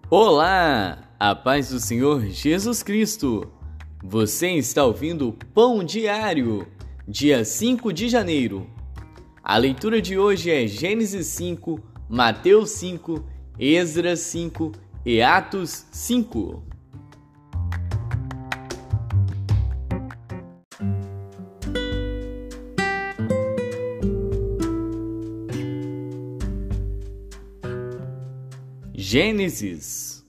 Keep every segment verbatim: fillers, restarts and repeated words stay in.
Olá! A paz do Senhor Jesus Cristo! Você está ouvindo o Pão Diário, dia cinco de janeiro. A leitura de hoje é Gênesis cinco, Mateus cinco, Esdras cinco e Atos cinco. Gênesis.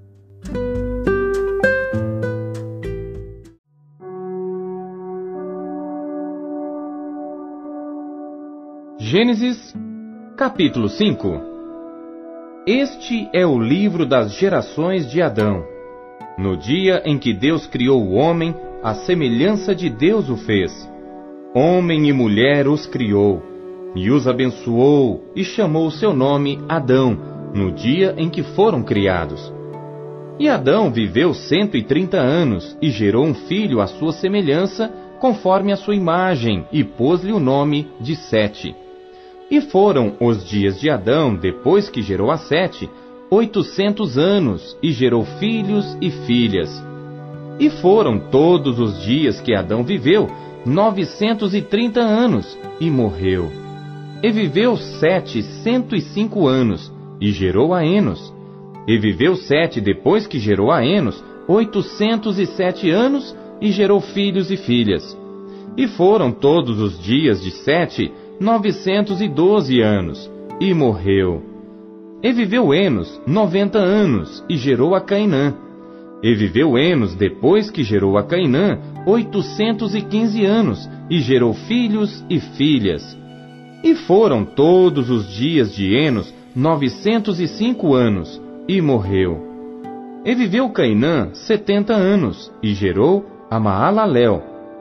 Gênesis, capítulo cinco. Este é o livro das gerações de Adão. No dia em que Deus criou o homem, à semelhança de Deus o fez. Homem e mulher os criou, e os abençoou, e chamou o seu nome Adão, no dia em que foram criados. E Adão viveu cento e trinta anos, e gerou um filho à sua semelhança, conforme a sua imagem, e pôs-lhe o nome de Sete. E foram os dias de Adão, depois que gerou a Sete, oitocentos anos, e gerou filhos e filhas. E foram todos os dias que Adão viveu, novecentos e trinta anos, e morreu. E viveu Sete cento e cinco anos, e gerou a Enos. E viveu Sete, depois que gerou a Enos, oitocentos e sete anos, e gerou filhos e filhas. E foram todos os dias de Sete, novecentos e doze anos, e morreu. E viveu Enos noventa anos, e gerou a Cainã. E viveu Enos, depois que gerou a Cainã, oitocentos e quinze anos, e gerou filhos e filhas. E foram todos os dias de Enos novecentos e cinco anos, e morreu. E viveu Cainã setenta anos, e gerou a Maalalel.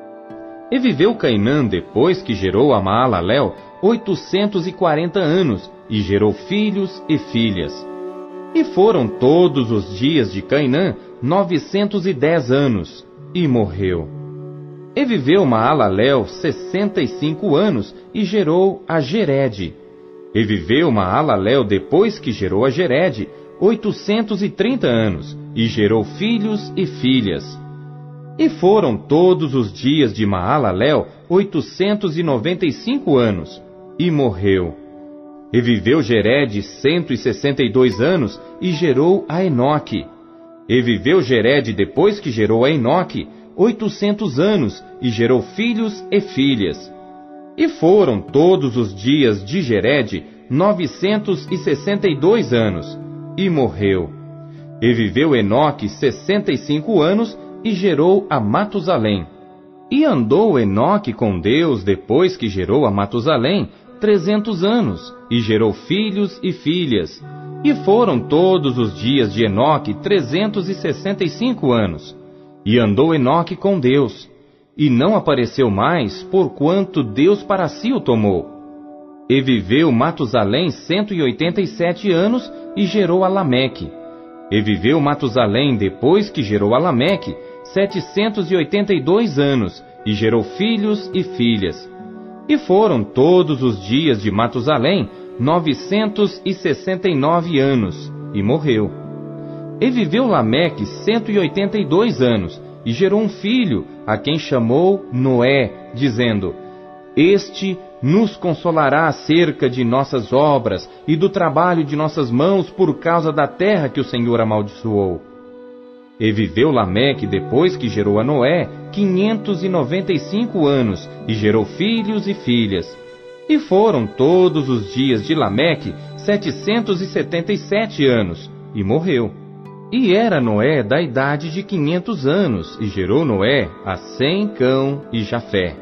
E viveu Cainã, depois que gerou a Maalalel, oitocentos e quarenta anos, e gerou filhos e filhas. E foram todos os dias de Cainã novecentos e dez anos, e morreu. E viveu Maalalel sessenta e cinco anos, e gerou a Jered. E viveu Maalalel, depois que gerou a Jered, oitocentos e trinta anos, e gerou filhos e filhas. E foram todos os dias de Maalalel oitocentos e noventa e cinco anos, e morreu. E viveu Jered cento e sessenta e dois anos, e gerou a Enoque. E viveu Jered, depois que gerou a Enoque, oitocentos anos, e gerou filhos e filhas. E foram todos os dias de Jered novecentos e sessenta e dois anos, e morreu. E viveu Enoque sessenta e cinco anos, e gerou a Matusalém. E andou Enoque com Deus, depois que gerou a Matusalém, trezentos anos, e gerou filhos e filhas. E foram todos os dias de Enoque trezentos e sessenta e cinco anos. E andou Enoque com Deus, e não apareceu mais, porquanto Deus para si o tomou. E viveu Matusalém cento e oitenta e sete anos, e gerou a Lameque. E viveu Matusalém, depois que gerou a Lameque, setecentos e oitenta e dois anos, e gerou filhos e filhas. E foram todos os dias de Matusalém novecentos e sessenta e nove anos, e morreu. E viveu Lameque cento e oitenta e dois anos, e gerou um filho, a quem chamou Noé, dizendo: Este nos consolará acerca de nossas obras e do trabalho de nossas mãos por causa da terra que o Senhor amaldiçoou. E viveu Lameque, depois que gerou a Noé, quinhentos e noventa e cinco anos, e gerou filhos e filhas. E foram todos os dias de Lameque setecentos e setenta e sete anos, e morreu. E era Noé da idade de quinhentos anos, e gerou Noé a Sem, Cão e Jafé.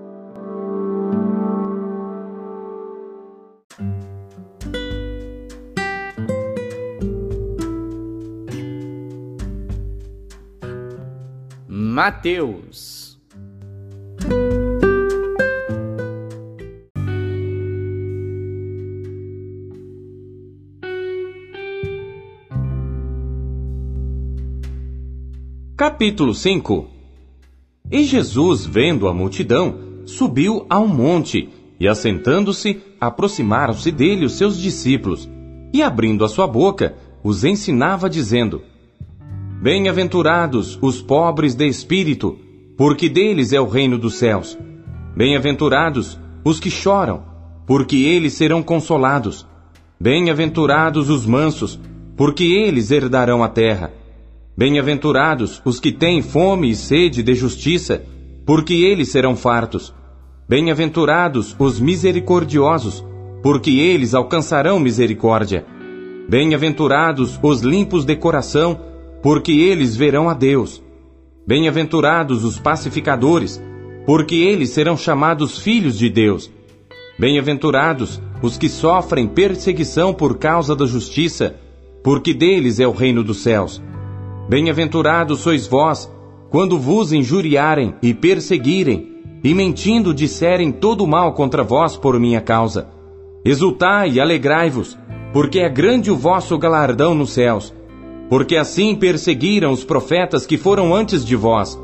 Mateus. Capítulo cinco. E Jesus, vendo a multidão, subiu a um monte, e assentando-se, aproximaram-se dele os seus discípulos, e abrindo a sua boca, os ensinava dizendo: Bem-aventurados os pobres de espírito, porque deles é o reino dos céus. Bem-aventurados os que choram, porque eles serão consolados. Bem-aventurados os mansos, porque eles herdarão a terra. Bem-aventurados os que têm fome e sede de justiça, porque eles serão fartos. Bem-aventurados os misericordiosos, porque eles alcançarão misericórdia. Bem-aventurados os limpos de coração, porque eles verão a Deus. Bem-aventurados os pacificadores, porque eles serão chamados filhos de Deus. Bem-aventurados os que sofrem perseguição por causa da justiça, porque deles é o reino dos céus. Bem-aventurados sois vós, quando vos injuriarem e perseguirem, e mentindo disserem todo mal contra vós por minha causa. Exultai e alegrai-vos, porque é grande o vosso galardão nos céus, porque assim perseguiram os profetas que foram antes de vós.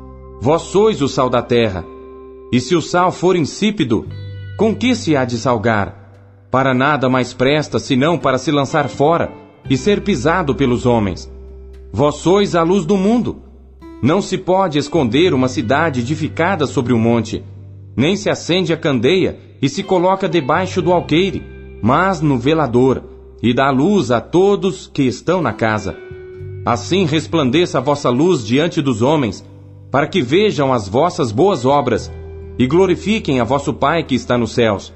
Vós sois o sal da terra, e se o sal for insípido, com que se há de salgar? Para nada mais presta, senão para se lançar fora e ser pisado pelos homens. Vós sois a luz do mundo. Não se pode esconder uma cidade edificada sobre um monte, nem se acende a candeia e se coloca debaixo do alqueire, mas no velador, e dá luz a todos que estão na casa. Assim resplandeça a vossa luz diante dos homens, para que vejam as vossas boas obras e glorifiquem a vosso Pai que está nos céus.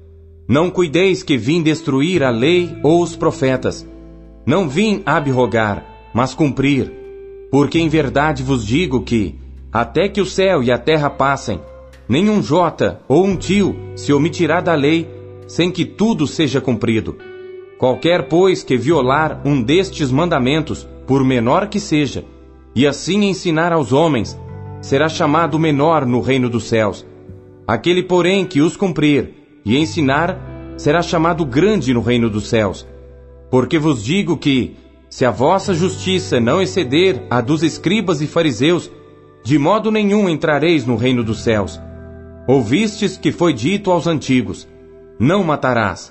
Não cuideis que vim destruir a lei ou os profetas. Não vim abrogar, mas cumprir. Porque em verdade vos digo que, até que o céu e a terra passem, nenhum jota ou um tio se omitirá da lei, sem que tudo seja cumprido. Qualquer, pois, que violar um destes mandamentos, por menor que seja, e assim ensinar aos homens, será chamado menor no reino dos céus. Aquele, porém, que os cumprir e ensinar, será chamado grande no reino dos céus. Porque vos digo que, se a vossa justiça não exceder a dos escribas e fariseus, de modo nenhum entrareis no reino dos céus. Ouvistes que foi dito aos antigos: não matarás.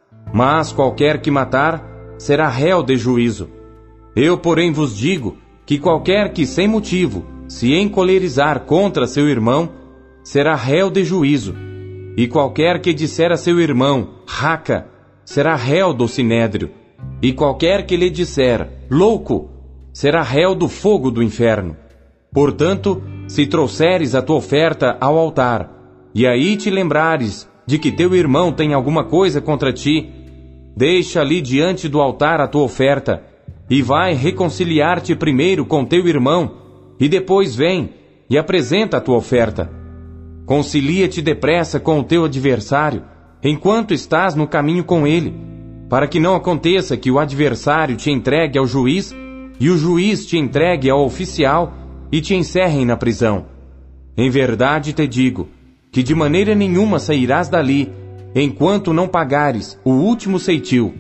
Mas qualquer que matar, será réu de juízo. Eu, porém, vos digo que qualquer que sem motivo se encolerizar contra seu irmão, será réu de juízo. E qualquer que disser a seu irmão, raca, será réu do sinédrio. E qualquer que lhe disser, louco, será réu do fogo do inferno. Portanto, se trouxeres a tua oferta ao altar, e aí te lembrares de que teu irmão tem alguma coisa contra ti, deixa ali diante do altar a tua oferta, e vai reconciliar-te primeiro com teu irmão, e depois vem e apresenta a tua oferta. Concilia-te depressa com o teu adversário, enquanto estás no caminho com ele, para que não aconteça que o adversário te entregue ao juiz, e o juiz te entregue ao oficial, e te encerrem na prisão. Em verdade te digo, que de maneira nenhuma sairás dali, enquanto não pagares o último ceitil.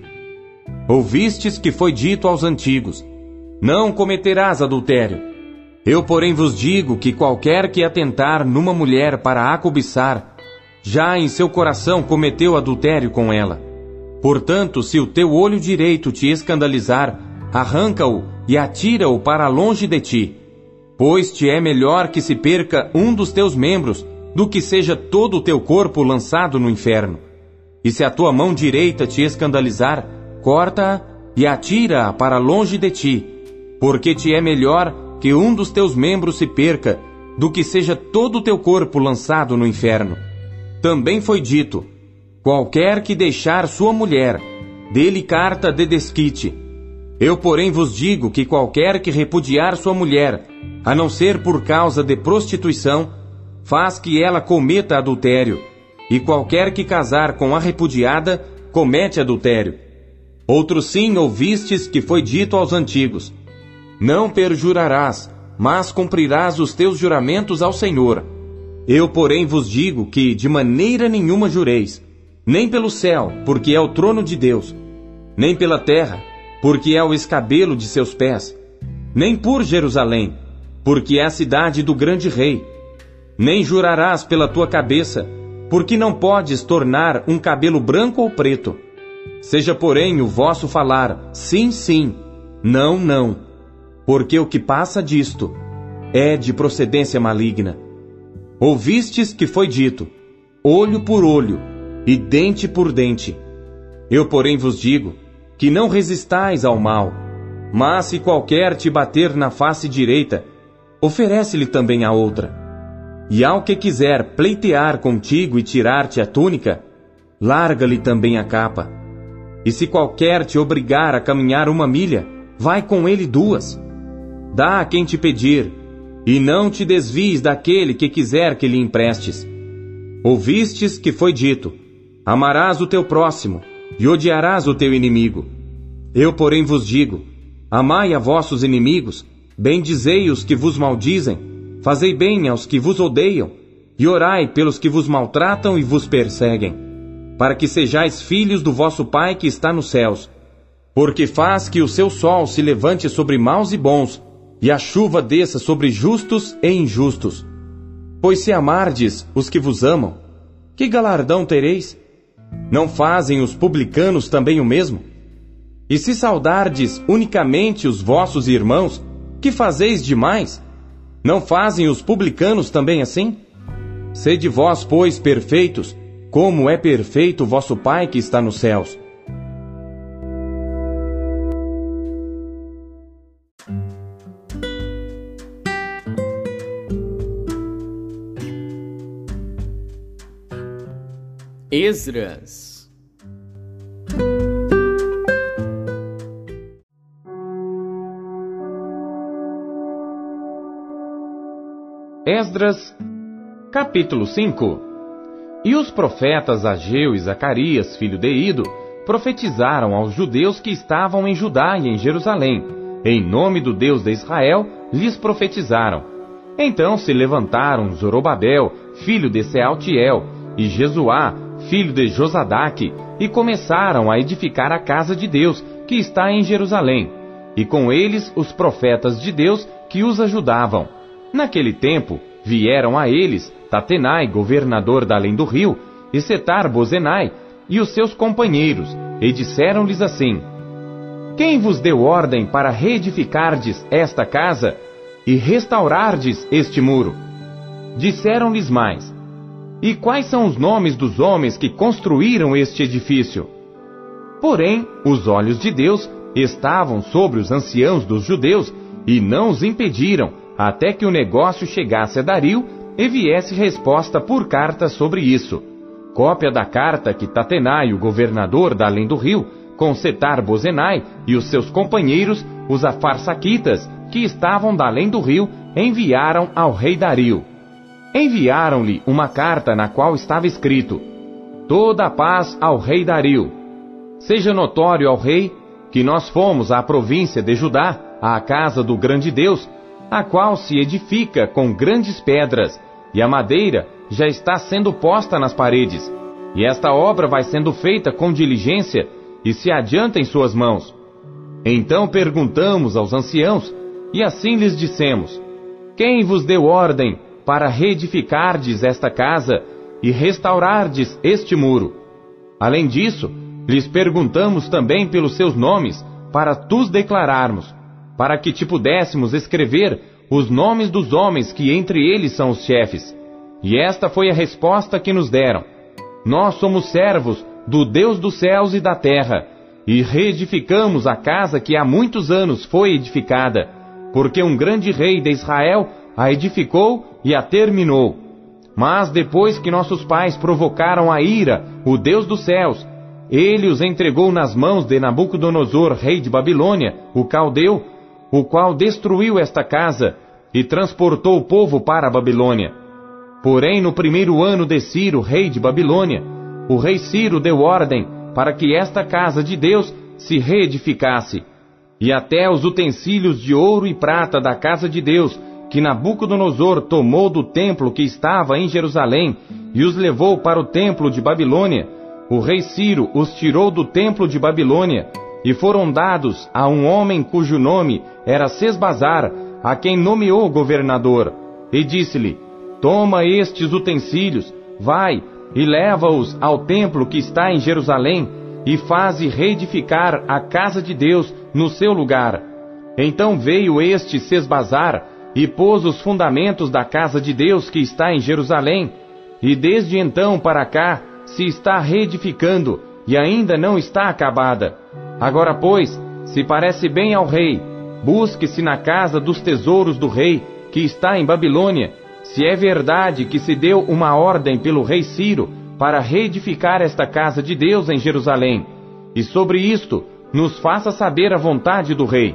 Ouvistes que foi dito aos antigos: não cometerás adultério. Eu, porém, vos digo que qualquer que atentar numa mulher para a cobiçar, já em seu coração cometeu adultério com ela. Portanto, se o teu olho direito te escandalizar, arranca-o e atira-o para longe de ti, pois te é melhor que se perca um dos teus membros, do que seja todo o teu corpo lançado no inferno. E se a tua mão direita te escandalizar, corta-a e atira-a para longe de ti, porque te é melhor que um dos teus membros se perca, do que seja todo o teu corpo lançado no inferno. Também foi dito: qualquer que deixar sua mulher, dê-lhe carta de desquite. Eu, porém, vos digo que qualquer que repudiar sua mulher, a não ser por causa de prostituição, faz que ela cometa adultério, e qualquer que casar com a repudiada, comete adultério. Outro sim ouvistes que foi dito aos antigos: não perjurarás, mas cumprirás os teus juramentos ao Senhor. Eu, porém, vos digo que de maneira nenhuma jureis, nem pelo céu, porque é o trono de Deus, nem pela terra, porque é o escabelo de seus pés, nem por Jerusalém, porque é a cidade do grande rei. Nem jurarás pela tua cabeça, porque não podes tornar um cabelo branco ou preto. Seja, porém, o vosso falar sim, sim, não, não, porque o que passa disto é de procedência maligna. Ouvistes que foi dito, olho por olho e dente por dente. Eu, porém, vos digo que não resistais ao mal, mas se qualquer te bater na face direita, oferece-lhe também a outra. E ao que quiser pleitear contigo e tirar-te a túnica, larga-lhe também a capa. E se qualquer te obrigar a caminhar uma milha, vai com ele duas. Dá a quem te pedir, e não te desvies daquele que quiser que lhe emprestes. Ouvistes que foi dito, amarás o teu próximo, e odiarás o teu inimigo. Eu, porém, vos digo, amai a vossos inimigos, bendizei os que vos maldizem, fazei bem aos que vos odeiam, e orai pelos que vos maltratam e vos perseguem, para que sejais filhos do vosso Pai que está nos céus, porque faz que o seu sol se levante sobre maus e bons, e a chuva desça sobre justos e injustos. Pois se amardes os que vos amam, que galardão tereis? Não fazem os publicanos também o mesmo? E se saudardes unicamente os vossos irmãos, que fazeis demais? Não fazem os publicanos também assim? Sede vós, pois, perfeitos, como é perfeito o vosso Pai que está nos céus. Esdras. Esdras, capítulo cinco. E os profetas Ageu e Zacarias, filho de Ido, profetizaram aos judeus que estavam em Judá e em Jerusalém. Em nome do Deus de Israel, lhes profetizaram. Então se levantaram Zorobabel, filho de Sealtiel, e Jesuá, filho de Josadaque, e começaram a edificar a casa de Deus, que está em Jerusalém, e com eles os profetas de Deus que os ajudavam. Naquele tempo, vieram a eles Tatenai, governador da além do rio, e Setar-Bozenai, e os seus companheiros, e disseram-lhes assim: Quem vos deu ordem para reedificardes esta casa e restaurardes este muro? Disseram-lhes mais: E quais são os nomes dos homens que construíram este edifício? Porém, os olhos de Deus estavam sobre os anciãos dos judeus, e não os impediram, até que o negócio chegasse a Dario, e viesse resposta por carta sobre isso. Cópia da carta que Tatenai, o governador da além do rio, com Setar-Bozenai e os seus companheiros, os afarsaquitas, que estavam da além do rio, enviaram ao rei Dario. Enviaram-lhe uma carta na qual estava escrito: Toda a paz ao rei Dario. Seja notório ao rei que nós fomos à província de Judá, à casa do grande Deus, a qual se edifica com grandes pedras, e a madeira já está sendo posta nas paredes, e esta obra vai sendo feita com diligência, e se adianta em suas mãos. Então perguntamos aos anciãos, e assim lhes dissemos: Quem vos deu ordem para reedificardes esta casa e restaurardes este muro? Além disso, lhes perguntamos também pelos seus nomes, para tus declararmos, para que te pudéssemos escrever os nomes dos homens que entre eles são os chefes. E esta foi a resposta que nos deram: Nós somos servos do Deus dos céus e da terra, e reedificamos a casa que há muitos anos foi edificada, porque um grande rei de Israel a edificou e a terminou. Mas depois que nossos pais provocaram a ira, o Deus dos céus, ele os entregou nas mãos de Nabucodonosor, rei de Babilônia, o caldeu, o qual destruiu esta casa e transportou o povo para a Babilônia. Porém, no primeiro ano de Ciro, rei de Babilônia, o rei Ciro deu ordem para que esta casa de Deus se reedificasse, e até os utensílios de ouro e prata da casa de Deus, que Nabucodonosor tomou do templo que estava em Jerusalém e os levou para o templo de Babilônia, o rei Ciro os tirou do templo de Babilônia, e foram dados a um homem cujo nome era Sesbazar, a quem nomeou governador, e disse-lhe: Toma estes utensílios, vai e leva-os ao templo que está em Jerusalém, e faze reedificar a casa de Deus no seu lugar. Então veio este Sesbazar e pôs os fundamentos da casa de Deus que está em Jerusalém, e desde então para cá se está reedificando, e ainda não está acabada. Agora, pois, se parece bem ao rei, busque-se na casa dos tesouros do rei, que está em Babilônia, se é verdade que se deu uma ordem pelo rei Ciro para reedificar esta casa de Deus em Jerusalém, e sobre isto nos faça saber a vontade do rei.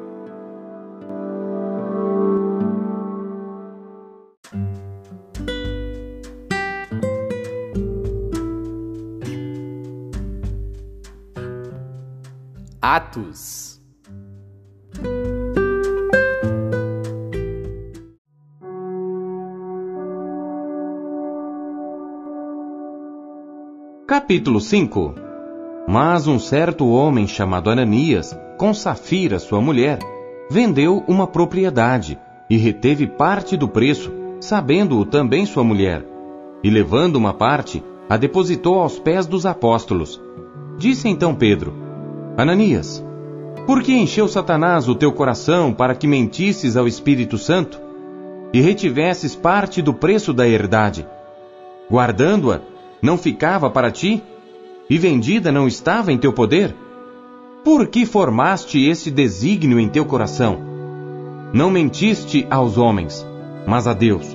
Atos. Capítulo cinco. Mas um certo homem chamado Ananias, com Safira sua mulher, vendeu uma propriedade e reteve parte do preço, sabendo-o também sua mulher. E levando uma parte, a depositou aos pés dos apóstolos. Disse então Pedro: Ananias, por que encheu Satanás o teu coração para que mentisses ao Espírito Santo e retivesses parte do preço da herdade? Guardando-a, não ficava para ti? E vendida não estava em teu poder? Por que formaste esse desígnio em teu coração? Não mentiste aos homens, mas a Deus.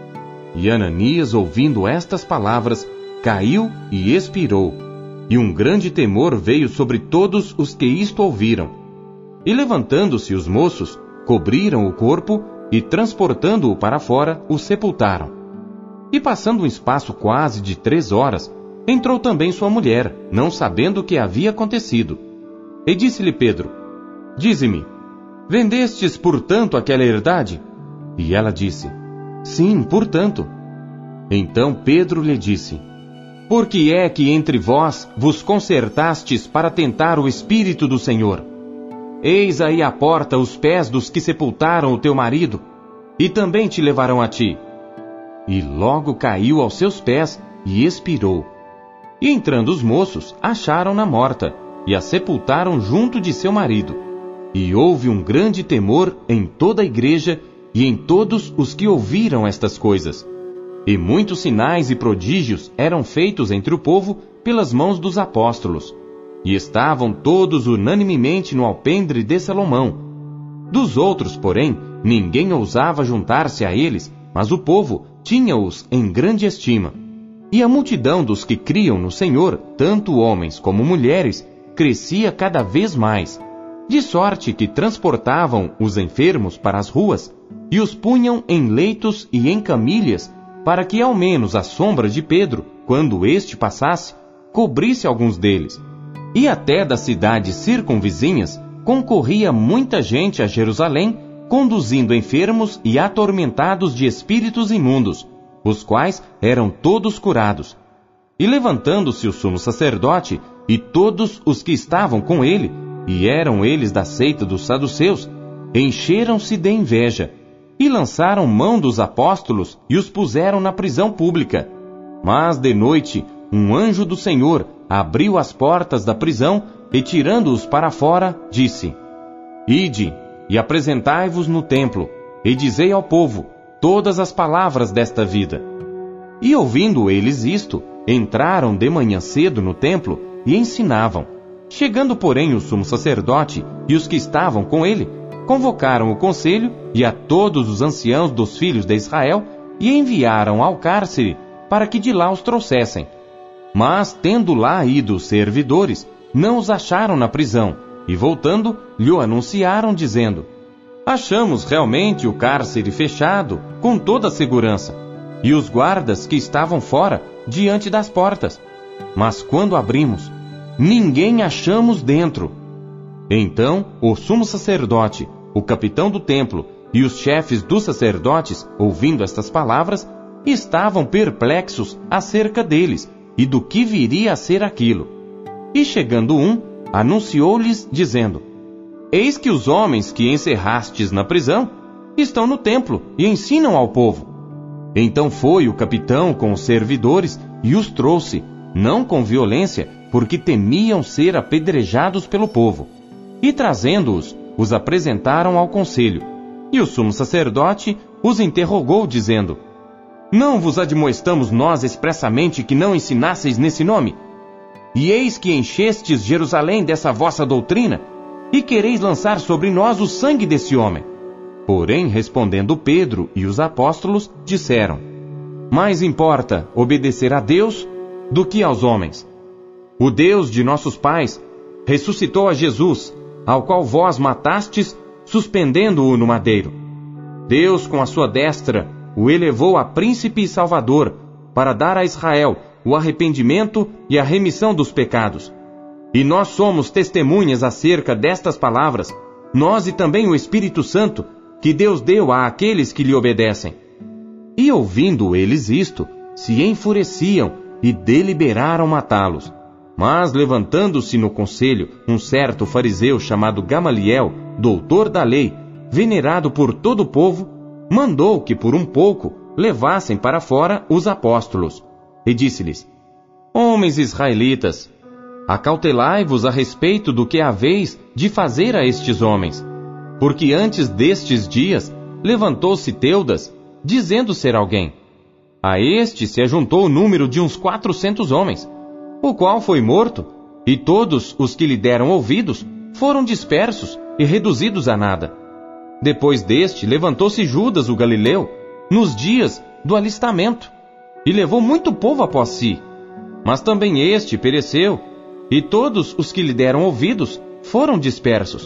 E Ananias, ouvindo estas palavras, caiu e expirou, e um grande temor veio sobre todos os que isto ouviram. E levantando-se os moços, cobriram o corpo e, transportando-o para fora, o sepultaram. E passando um espaço quase de três horas, entrou também sua mulher, não sabendo o que havia acontecido. E disse-lhe Pedro: Dize-me, vendestes portanto aquela herdade? E ela disse: Sim, portanto. Então Pedro lhe disse: Por que é que entre vós vos concertastes para tentar o Espírito do Senhor? Eis aí à porta os pés dos que sepultaram o teu marido, e também te levarão a ti. E logo caiu aos seus pés e expirou. E entrando os moços, acharam-na morta, e a sepultaram junto de seu marido. E houve um grande temor em toda a igreja e em todos os que ouviram estas coisas. E muitos sinais e prodígios eram feitos entre o povo pelas mãos dos apóstolos. E estavam todos unanimemente no alpendre de Salomão. Dos outros, porém, ninguém ousava juntar-se a eles, mas o povo tinha-os em grande estima. E a multidão dos que criam no Senhor, tanto homens como mulheres, crescia cada vez mais, de sorte que transportavam os enfermos para as ruas e os punham em leitos e em camilhas, para que ao menos a sombra de Pedro, quando este passasse, cobrisse alguns deles. E até das cidades circunvizinhas concorria muita gente a Jerusalém, conduzindo enfermos e atormentados de espíritos imundos, os quais eram todos curados. E levantando-se o sumo sacerdote e todos os que estavam com ele, e eram eles da seita dos saduceus, encheram-se de inveja, e lançaram mão dos apóstolos e os puseram na prisão pública. Mas de noite um anjo do Senhor abriu as portas da prisão e, tirando-os para fora, disse: Ide e apresentai-vos no templo, e dizei ao povo todas as palavras desta vida. E ouvindo eles isto, entraram de manhã cedo no templo e ensinavam. Chegando, porém, o sumo sacerdote e os que estavam com ele, convocaram o conselho e a todos os anciãos dos filhos de Israel e enviaram ao cárcere para que de lá os trouxessem. Mas, tendo lá ido os servidores, não os acharam na prisão, e voltando, lhe anunciaram, dizendo: Achamos realmente o cárcere fechado, com toda a segurança, e os guardas que estavam fora, diante das portas. Mas quando abrimos, ninguém achamos dentro. Então o sumo sacerdote, o capitão do templo e os chefes dos sacerdotes, ouvindo estas palavras, estavam perplexos acerca deles e do que viria a ser aquilo. E chegando um, anunciou-lhes, dizendo: Eis que os homens que encerrastes na prisão estão no templo e ensinam ao povo. Então foi o capitão com os servidores e os trouxe, não com violência, porque temiam ser apedrejados pelo povo. E trazendo-os, os apresentaram ao conselho. E o sumo sacerdote os interrogou, dizendo: Não vos admoestamos nós expressamente que não ensinasseis nesse nome? E eis que enchestes Jerusalém dessa vossa doutrina, e quereis lançar sobre nós o sangue desse homem. Porém, respondendo Pedro e os apóstolos, disseram: Mais importa obedecer a Deus do que aos homens. O Deus de nossos pais ressuscitou a Jesus, ao qual vós matastes, suspendendo-o no madeiro. Deus, com a sua destra, o elevou a príncipe e salvador, para dar a Israel o arrependimento e a remissão dos pecados. E nós somos testemunhas acerca destas palavras, nós e também o Espírito Santo, que Deus deu a aqueles que lhe obedecem. E ouvindo eles isto, se enfureciam e deliberaram matá-los. Mas, levantando-se no conselho, um certo fariseu chamado Gamaliel, doutor da lei, venerado por todo o povo, mandou que por um pouco levassem para fora os apóstolos. E disse-lhes: Homens israelitas, acautelai-vos a respeito do que haveis de fazer a estes homens. Porque antes destes dias levantou-se Teudas, dizendo ser alguém. A este se ajuntou o número de uns quatrocentos homens, o qual foi morto, e todos os que lhe deram ouvidos foram dispersos e reduzidos a nada. Depois deste, levantou-se Judas o Galileu, nos dias do alistamento, e levou muito povo após si. Mas também este pereceu, e todos os que lhe deram ouvidos foram dispersos.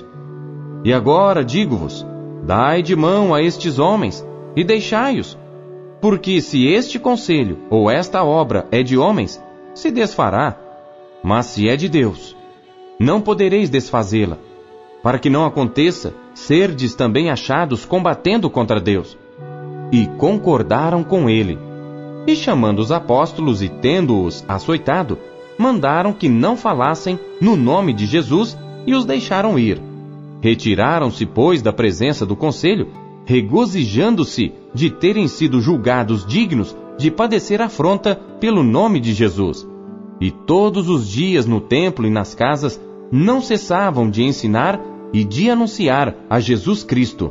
E agora digo-vos, dai de mão a estes homens, e deixai-os, porque se este conselho ou esta obra é de homens, se desfará, mas se é de Deus, não podereis desfazê-la, para que não aconteça serdes também achados combatendo contra Deus. E concordaram com ele. E chamando os apóstolos e tendo-os açoitado, mandaram que não falassem no nome de Jesus e os deixaram ir. Retiraram-se, pois, da presença do conselho, regozijando-se de terem sido julgados dignos de padecer afronta pelo nome de Jesus. E todos os dias no templo e nas casas não cessavam de ensinar e de anunciar a Jesus Cristo.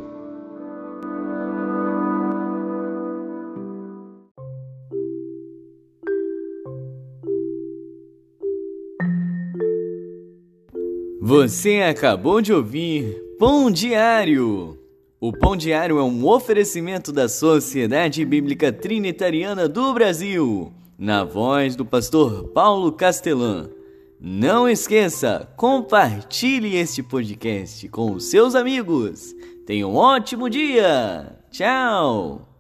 Você acabou de ouvir Pão Diário. O Pão Diário é um oferecimento da Sociedade Bíblica Trinitariana do Brasil, na voz do pastor Paulo Castelã. Não esqueça, compartilhe este podcast com os seus amigos. Tenha um ótimo dia. Tchau.